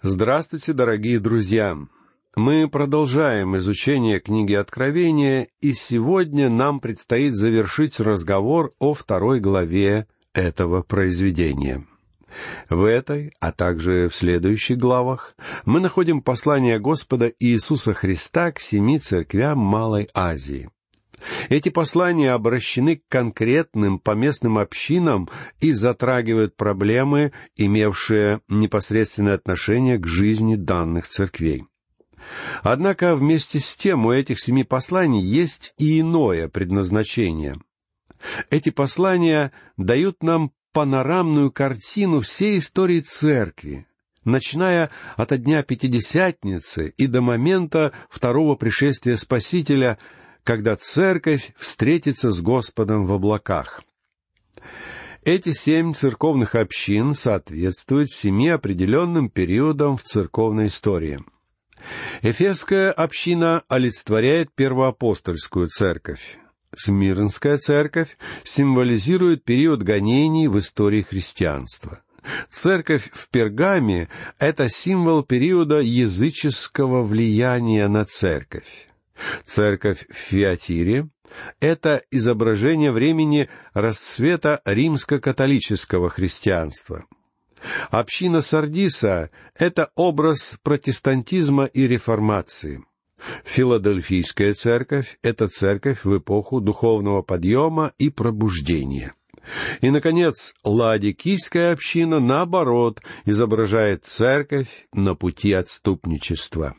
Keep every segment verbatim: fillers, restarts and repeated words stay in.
Здравствуйте, дорогие друзья! Мы продолжаем изучение книги Откровения, и сегодня нам предстоит завершить разговор о второй главе этого произведения. В этой, а также в следующих главах мы находим послание Господа Иисуса Христа к семи церквям Малой Азии. Эти послания обращены к конкретным поместным общинам и затрагивают проблемы, имевшие непосредственное отношение к жизни данных церквей. Однако вместе с тем у этих семи посланий есть и иное предназначение. Эти послания дают нам панорамную картину всей истории церкви, начиная от дня Пятидесятницы и до момента второго пришествия Спасителя, когда церковь встретится с Господом в облаках. Эти семь церковных общин соответствуют семи определенным периодам в церковной истории. Эфесская община олицетворяет первоапостольскую церковь. Смирнская церковь символизирует период гонений в истории христианства. Церковь в Пергаме — это символ периода языческого влияния на церковь. Церковь в Фиатире — это изображение времени расцвета римско-католического христианства. Община Сардиса — это образ протестантизма и реформации. Филадельфийская церковь — это церковь в эпоху духовного подъема и пробуждения. И, наконец, Лаодикийская община, наоборот, изображает церковь на пути отступничества.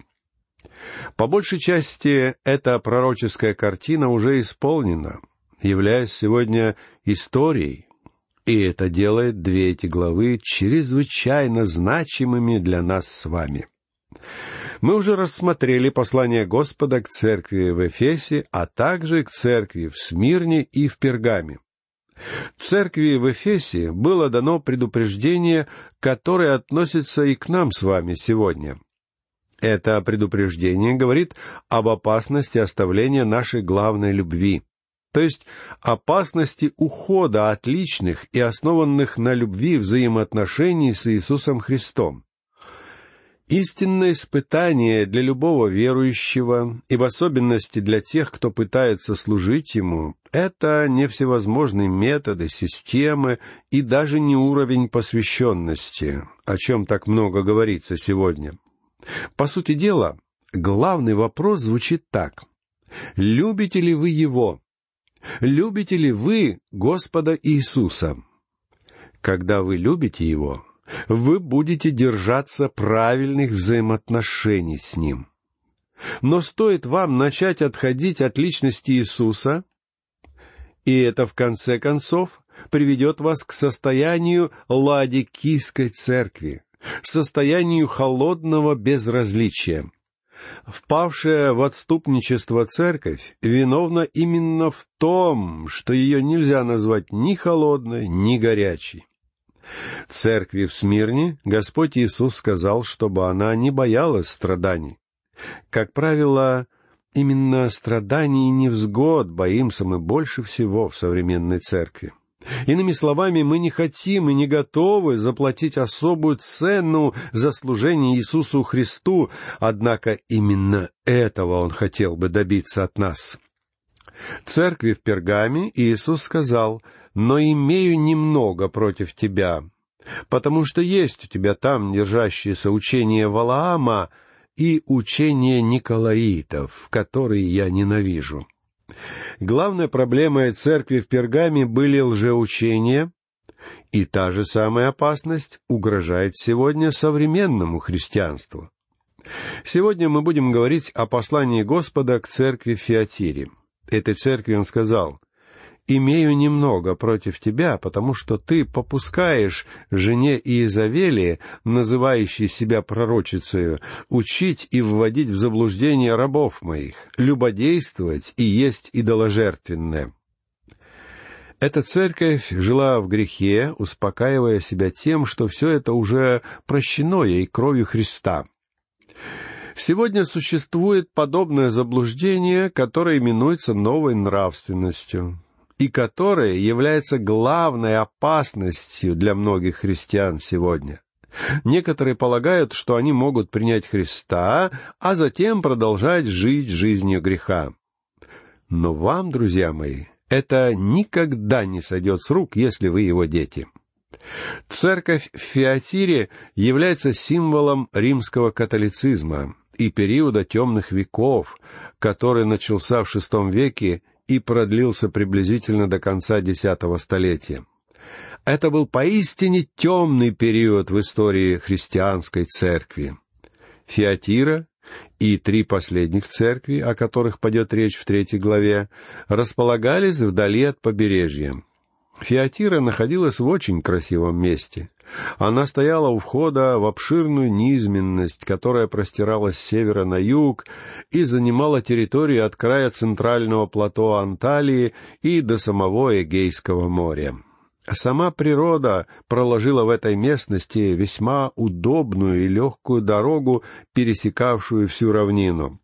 По большей части эта пророческая картина уже исполнена, являясь сегодня историей, и это делает две эти главы чрезвычайно значимыми для нас с вами. Мы уже рассмотрели послание Господа к церкви в Эфесе, а также к церкви в Смирне и в Пергаме. Церкви в Эфесе было дано предупреждение, которое относится и к нам с вами сегодня. Это предупреждение говорит об опасности оставления нашей главной любви, то есть опасности ухода от личных и основанных на любви взаимоотношений с Иисусом Христом. Истинное испытание для любого верующего, и в особенности для тех, кто пытается служить Ему, это не всевозможные методы, системы и даже не уровень посвященности, о чем так много говорится сегодня. По сути дела, главный вопрос звучит так: любите ли вы Его? Любите ли вы Господа Иисуса? Когда вы любите Его, вы будете держаться правильных взаимоотношений с Ним. Но стоит вам начать отходить от личности Иисуса, и это, в конце концов, приведет вас к состоянию Лаодикийской церкви, состоянию холодного безразличия. Впавшая в отступничество церковь виновна именно в том, что ее нельзя назвать ни холодной, ни горячей. Церкви в Смирне Господь Иисус сказал, чтобы она не боялась страданий. Как правило, именно страданий и невзгод боимся мы больше всего в современной церкви. Иными словами, мы не хотим и не готовы заплатить особую цену за служение Иисусу Христу, однако именно этого Он хотел бы добиться от нас. Церкви в Пергаме Иисус сказал: «Но имею немного против тебя, потому что есть у тебя там держащиеся учение Валаама и учение Николаитов, которые я ненавижу». Главной проблемой церкви в Пергаме были лжеучения, и та же самая опасность угрожает сегодня современному христианству. Сегодня мы будем говорить о послании Господа к церкви в Фиатире. Этой церкви Он сказал: «Имею немного против тебя, потому что ты попускаешь жене Иезавели, называющей себя пророчицею, учить и вводить в заблуждение рабов моих, любодействовать и есть идоложертвенное». Эта церковь жила в грехе, успокаивая себя тем, что все это уже прощено ей кровью Христа. Сегодня существует подобное заблуждение, которое именуется новой нравственностью, и которое является главной опасностью для многих христиан сегодня. Некоторые полагают, что они могут принять Христа, а затем продолжать жить жизнью греха. Но вам, друзья мои, это никогда не сойдет с рук, если вы его дети. Церковь в Фиатире является символом римского католицизма и периода темных веков, который начался в шестом веке и продлился приблизительно до конца десятого столетия. Это был поистине темный период в истории христианской церкви. Фиатира и три последних церкви, о которых пойдет речь в третьей главе, располагались вдали от побережья. Фиатира находилась в очень красивом месте. Она стояла у входа в обширную низменность, которая простиралась с севера на юг и занимала территорию от края центрального плато Анталии и до самого Эгейского моря. Сама природа проложила в этой местности весьма удобную и легкую дорогу, пересекавшую всю равнину.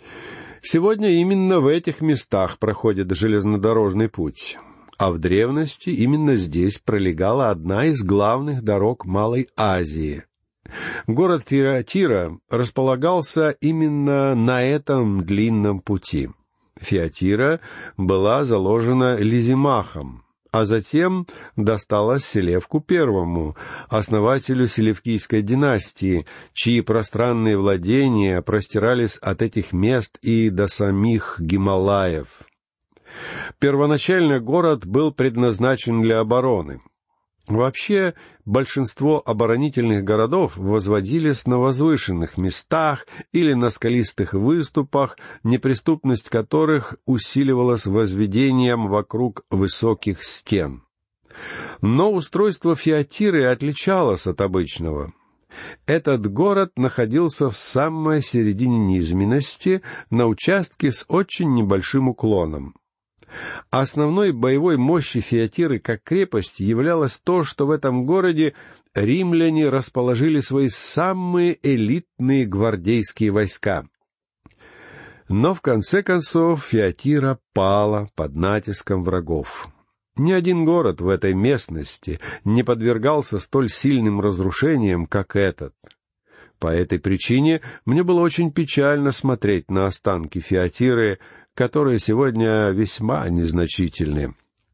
Сегодня именно в этих местах проходит железнодорожный путь, а в древности именно здесь пролегала одна из главных дорог Малой Азии. Город Фиатира располагался именно на этом длинном пути. Фиатира была заложена Лизимахом, а затем досталась Селевку Первому, основателю Селевкийской династии, чьи пространные владения простирались от этих мест и до самих Гималаев. Первоначально город был предназначен для обороны. Вообще, большинство оборонительных городов возводились на возвышенных местах или на скалистых выступах, неприступность которых усиливалась возведением вокруг высоких стен. Но устройство Фиатиры отличалось от обычного. Этот город находился в самой середине низменности, на участке с очень небольшим уклоном. Основной боевой мощью Фиатиры как крепости являлось то, что в этом городе римляне расположили свои самые элитные гвардейские войска. Но в конце концов Фиатира пала под натиском врагов. Ни один город в этой местности не подвергался столь сильным разрушениям, как этот. По этой причине мне было очень печально смотреть на останки Фиатиры, которые сегодня весьма незначительны.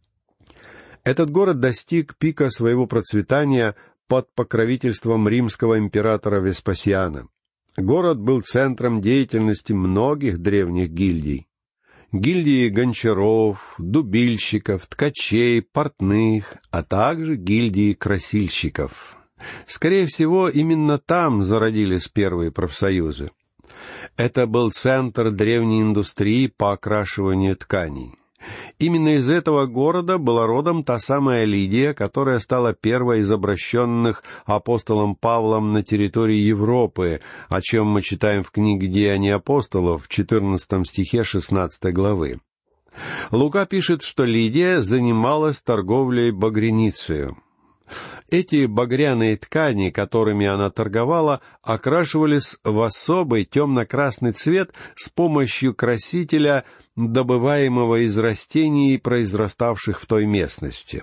Этот город достиг пика своего процветания под покровительством римского императора Веспасиана. Город был центром деятельности многих древних гильдий. Гильдии гончаров, дубильщиков, ткачей, портных, а также гильдии красильщиков. Скорее всего, именно там зародились первые профсоюзы. Это был центр древней индустрии по окрашиванию тканей. Именно из этого города была родом та самая Лидия, которая стала первой из обращенных апостолом Павлом на территории Европы, о чем мы читаем в книге «Деяния апостолов» в четырнадцатом стихе шестнадцатой главы. Лука пишет, что Лидия занималась торговлей багряницею. Эти багряные ткани, которыми она торговала, окрашивались в особый темно-красный цвет с помощью красителя, добываемого из растений, произраставших в той местности.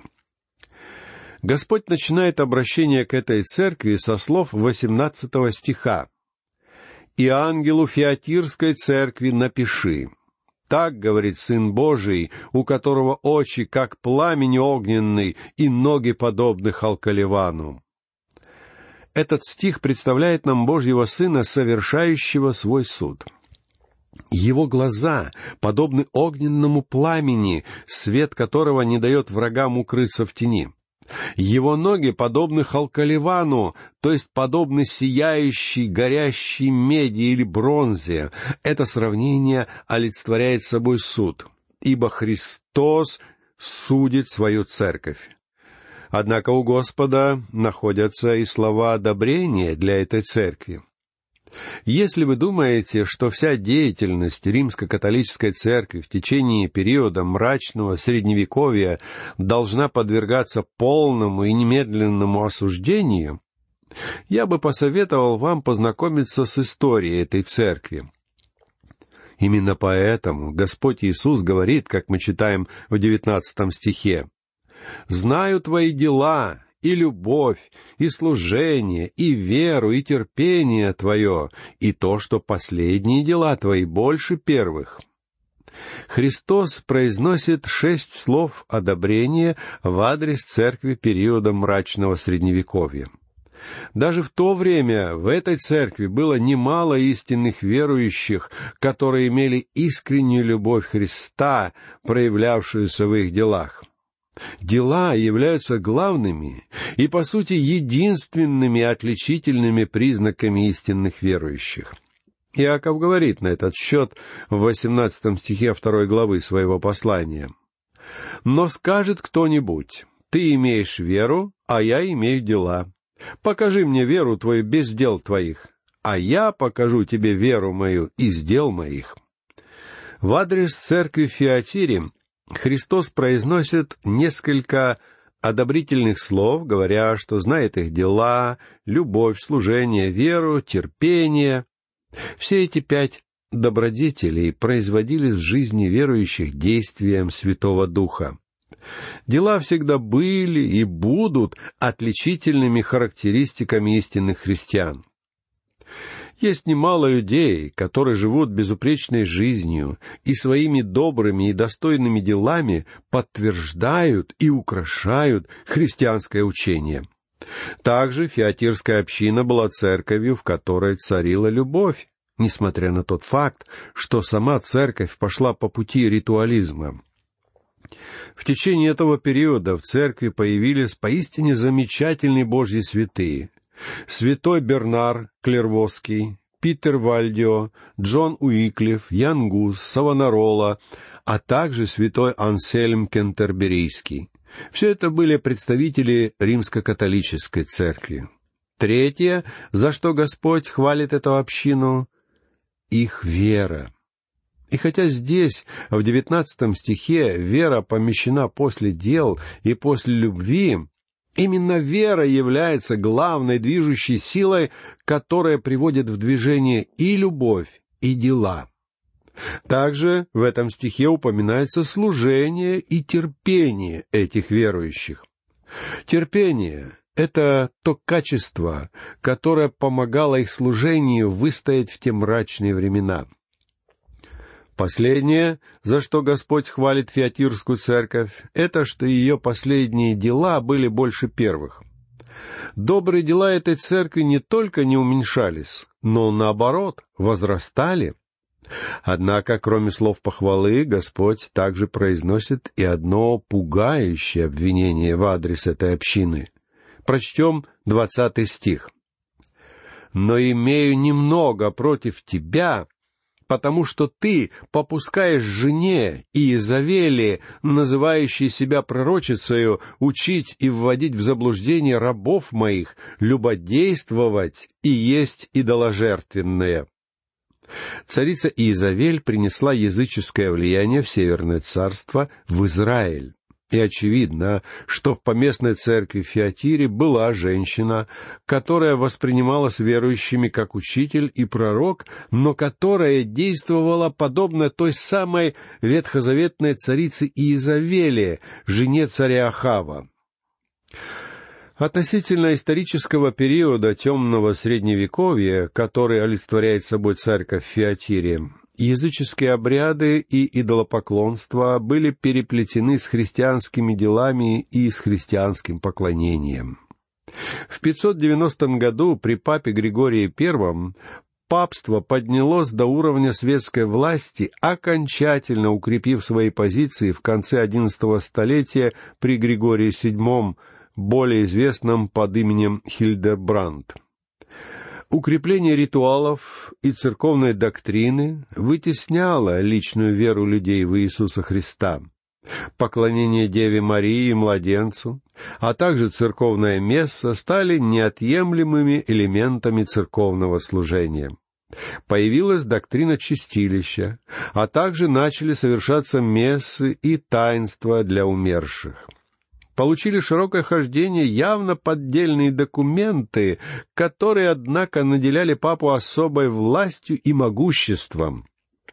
Господь начинает обращение к этой церкви со слов восемнадцатого стиха: «И ангелу Фиатирской церкви напиши: так говорит Сын Божий, у которого очи, как пламень огненный, и ноги, подобны халкаливану». Этот стих представляет нам Божьего Сына, совершающего свой суд. Его глаза подобны огненному пламени, свет которого не дает врагам укрыться в тени. Его ноги подобны халкаливану, то есть подобны сияющей, горящей меди или бронзе. Это сравнение олицетворяет собой суд, ибо Христос судит свою церковь. Однако у Господа находятся и слова одобрения для этой церкви. Если вы думаете, что вся деятельность римско-католической церкви в течение периода мрачного Средневековья должна подвергаться полному и немедленному осуждению, я бы посоветовал вам познакомиться с историей этой церкви. Именно поэтому Господь Иисус говорит, как мы читаем в девятнадцатом стихе: «Знаю твои дела, и любовь, и служение, и веру, и терпение твое, и то, что последние дела твои больше первых». Христос произносит шесть слов одобрения в адрес церкви периода мрачного Средневековья. Даже в то время в этой церкви было немало истинных верующих, которые имели искреннюю любовь Христа, проявлявшуюся в их делах. Дела являются главными и, по сути, единственными отличительными признаками истинных верующих. Иаков говорит на этот счет в восемнадцатом стихе второй главы своего послания: «Но скажет кто-нибудь: ты имеешь веру, а я имею дела. Покажи мне веру твою без дел твоих, а я покажу тебе веру мою из дел моих». В адрес церкви в Фиатире Христос произносит несколько одобрительных слов, говоря, что знает их дела, любовь, служение, веру, терпение. Все эти пять добродетелей производились в жизни верующих действием Святого Духа. Дела всегда были и будут отличительными характеристиками истинных христиан. Есть немало людей, которые живут безупречной жизнью и своими добрыми и достойными делами подтверждают и украшают христианское учение. Также фиатирская община была церковью, в которой царила любовь, несмотря на тот факт, что сама церковь пошла по пути ритуализма. В течение этого периода в церкви появились поистине замечательные Божьи святые: святой Бернар Клервосский, Питер Вальдио, Джон Уиклиф, Ян Гус, Савонарола, а также святой Ансельм Кентерберийский. Все это были представители римско-католической церкви. Третье, за что Господь хвалит эту общину — их вера. И хотя здесь, в девятнадцатом стихе, вера помещена после дел и после любви, именно вера является главной движущей силой, которая приводит в движение и любовь, и дела. Также в этом стихе упоминается служение и терпение этих верующих. Терпение — это то качество, которое помогало их служению выстоять в те мрачные времена. Последнее, за что Господь хвалит Фиатирскую церковь, это что ее последние дела были больше первых. Добрые дела этой церкви не только не уменьшались, но, наоборот, возрастали. Однако, кроме слов похвалы, Господь также произносит и одно пугающее обвинение в адрес этой общины. Прочтем двадцатый стих. «Но имею немного против тебя, потому что ты попускаешь жене Иезавели, называющей себя пророчицею, учить и вводить в заблуждение рабов моих, любодействовать и есть идоложертвенное». Царица Иезавель принесла языческое влияние в Северное царство, в Израиль. И очевидно, что в поместной церкви в Фиатире была женщина, которая воспринималась верующими как учитель и пророк, но которая действовала подобно той самой ветхозаветной царице Иезавели, жене царя Ахава. Относительно исторического периода темного Средневековья, который олицетворяет собой церковь в Фиатире, языческие обряды и идолопоклонство были переплетены с христианскими делами и с христианским поклонением. В пятьсот девяностом году при папе Григории Первом папство поднялось до уровня светской власти, окончательно укрепив свои позиции в конце одиннадцатого столетия при Григории Седьмом, более известном под именем Хильдебранд. Укрепление ритуалов и церковной доктрины вытесняло личную веру людей в Иисуса Христа. Поклонение Деве Марии и младенцу, а также церковное месса стали неотъемлемыми элементами церковного служения. Появилась доктрина чистилища, а также начали совершаться мессы и таинства для умерших. Получили широкое хождение явно поддельные документы, которые, однако, наделяли папу особой властью и могуществом.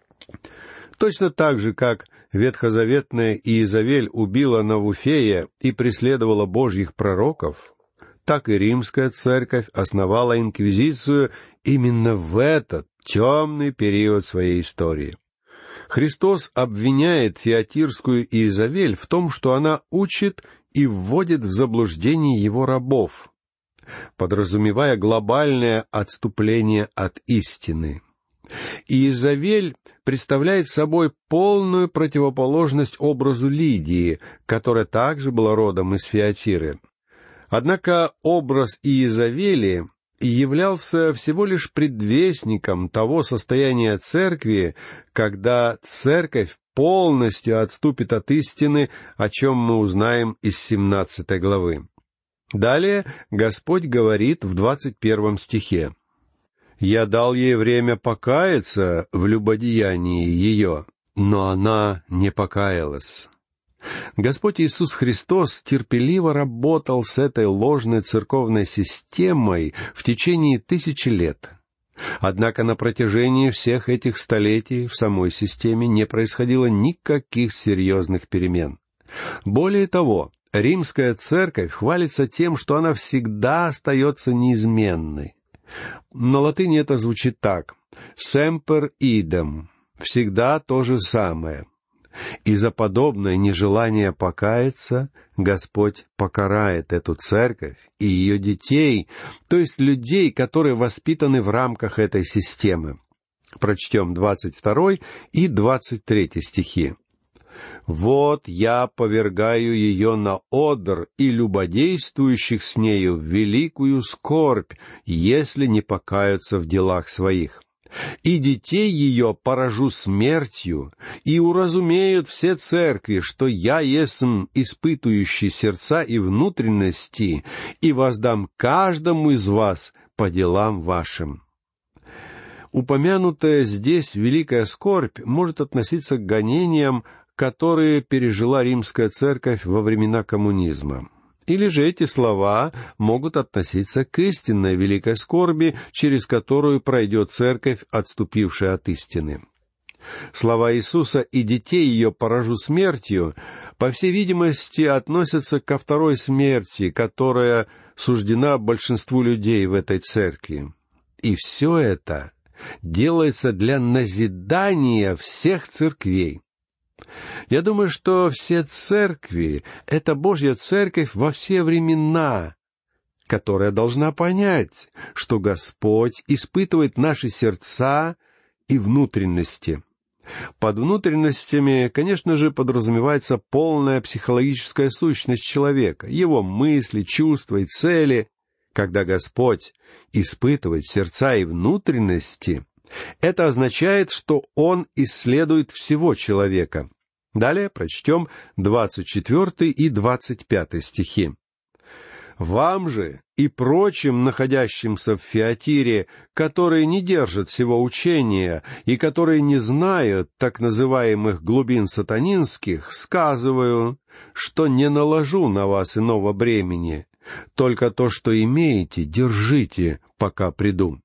Точно так же, как ветхозаветная Иезавель убила Навуфея и преследовала божьих пророков, так и римская церковь основала инквизицию именно в этот темный период своей истории. Христос обвиняет Фиатирскую Иезавель в том, что она учит и вводит в заблуждение его рабов, подразумевая глобальное отступление от истины. Иезавель представляет собой полную противоположность образу Лидии, которая также была родом из Фиатиры. Однако образ Иезавели являлся всего лишь предвестником того состояния церкви, когда церковь полностью отступит от истины, о чем мы узнаем из семнадцатой главы. Далее Господь говорит в двадцать первом стихе: «Я дал ей время покаяться в любодеянии ее, но она не покаялась». Господь Иисус Христос терпеливо работал с этой ложной церковной системой в течение тысячи лет. Однако на протяжении всех этих столетий в самой системе не происходило никаких серьезных перемен. Более того, римская церковь хвалится тем, что она всегда остается неизменной. На латыни это звучит так: «semper idem» — «всегда то же самое». И за подобное нежелание покаяться Господь покарает эту церковь и ее детей, то есть людей, которые воспитаны в рамках этой системы. Прочтем двадцать второй и двадцать третий стихи. «Вот я повергаю ее на одр и любодействующих с нею в великую скорбь, если не покаются в делах своих. И детей ее поражу смертью, и уразумеют все церкви, что я есмь испытующий сердца и внутренности, и воздам каждому из вас по делам вашим». Упомянутая здесь великая скорбь может относиться к гонениям, которые пережила римская церковь во времена коммунизма. Или же эти слова могут относиться к истинной великой скорби, через которую пройдет церковь, отступившая от истины. Слова Иисуса «и детей ее поражу смертью», по всей видимости, относятся ко второй смерти, которая суждена большинству людей в этой церкви. И все это делается для назидания всех церквей. Я думаю, что все церкви — это Божья церковь во все времена, которая должна понять, что Господь испытывает наши сердца и внутренности. Под внутренностями, конечно же, подразумевается полная психологическая сущность человека, его мысли, чувства и цели. Когда Господь испытывает сердца и внутренности, это означает, что Он исследует всего человека. Далее прочтем двадцать четвертый и двадцать пятый стихи. «Вам же и прочим, находящимся в Фиатире, которые не держат сего учения и которые не знают так называемых глубин сатанинских, сказываю, что не наложу на вас иного бремени, только то, что имеете, держите, пока приду».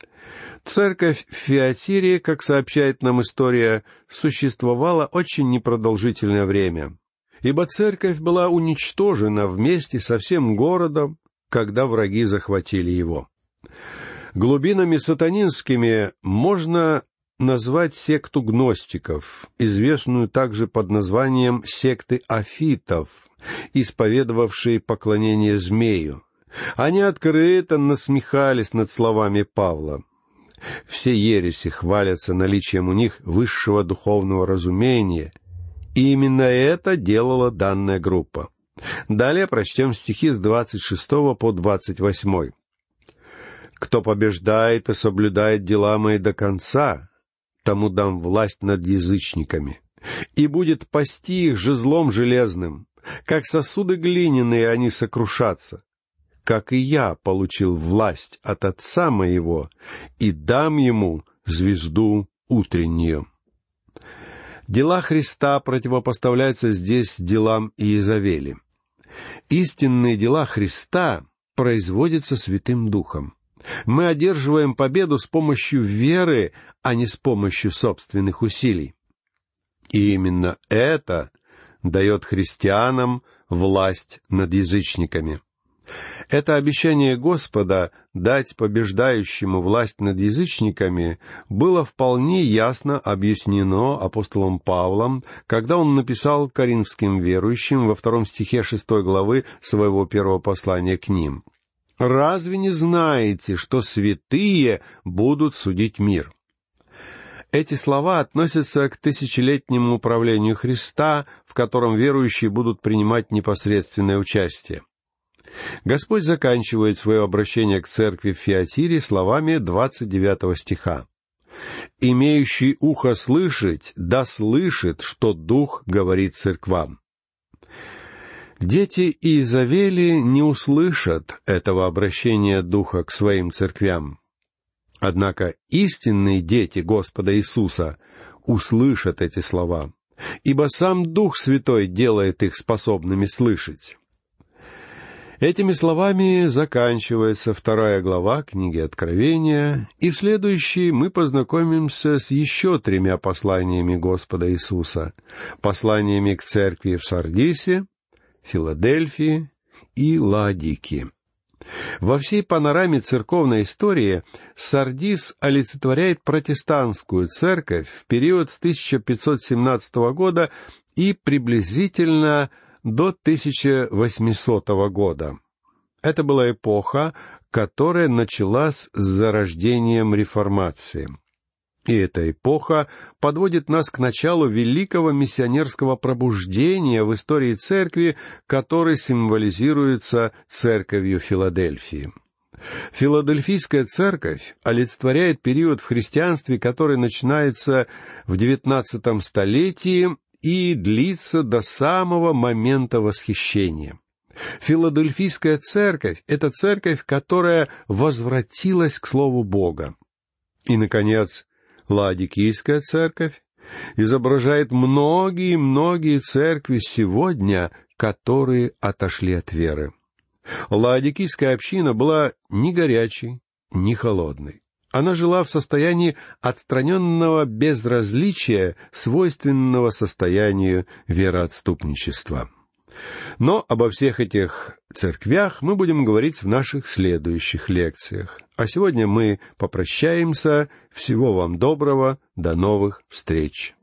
Церковь в Фиатире, как сообщает нам история, существовала очень непродолжительное время, ибо церковь была уничтожена вместе со всем городом, когда враги захватили его. Глубинами сатанинскими можно назвать секту гностиков, известную также под названием секты афитов, исповедовавшие поклонение змею. Они открыто насмехались над словами Павла. Все ереси хвалятся наличием у них высшего духовного разумения, и именно это делала данная группа. Далее прочтем стихи с двадцать шестого по двадцать восьмой. «Кто побеждает и соблюдает дела мои до конца, тому дам власть над язычниками, и будет пасти их жезлом железным, как сосуды глиняные они сокрушатся. Как и я получил власть от Отца моего, и дам ему звезду утреннюю». Дела Христа противопоставляются здесь делам Иезавели. Истинные дела Христа производятся Святым Духом. Мы одерживаем победу с помощью веры, а не с помощью собственных усилий. И именно это дает христианам власть над язычниками. Это обещание Господа дать побеждающему власть над язычниками было вполне ясно объяснено апостолом Павлом, когда он написал коринфским верующим во втором стихе шестой главы своего первого послания к ним: «Разве не знаете, что святые будут судить мир?» Эти слова относятся к тысячелетнему правлению Христа, в котором верующие будут принимать непосредственное участие. Господь заканчивает свое обращение к церкви в Фиатире словами двадцать девятого стиха: «Имеющий ухо слышать, да слышит, что Дух говорит церквам». Дети Иезавели не услышат этого обращения Духа к своим церквям. Однако истинные дети Господа Иисуса услышат эти слова, ибо сам Дух Святой делает их способными слышать. Этими словами заканчивается вторая глава книги Откровения, и в следующей мы познакомимся с еще тремя посланиями Господа Иисуса, посланиями к церкви в Сардисе, Филадельфии и Лаодикии. Во всей панораме церковной истории Сардис олицетворяет протестантскую церковь в период с тысяча пятьсот семнадцатого года и приблизительно до тысяча восьмисотого года. Это была эпоха, которая началась с зарождением Реформации. И эта эпоха подводит нас к началу великого миссионерского пробуждения в истории церкви, который символизируется церковью Филадельфии. Филадельфийская церковь олицетворяет период в христианстве, который начинается в девятнадцатом столетии и длится до самого момента восхищения. Филадельфийская церковь — это церковь, которая возвратилась к Слову Бога. И, наконец, Лаодикийская церковь изображает многие-многие церкви сегодня, которые отошли от веры. Лаодикийская община была ни горячей, ни холодной. Она жила в состоянии отстраненного безразличия, свойственного состоянию вероотступничества. Но обо всех этих церквях мы будем говорить в наших следующих лекциях. А сегодня мы попрощаемся. Всего вам доброго. До новых встреч.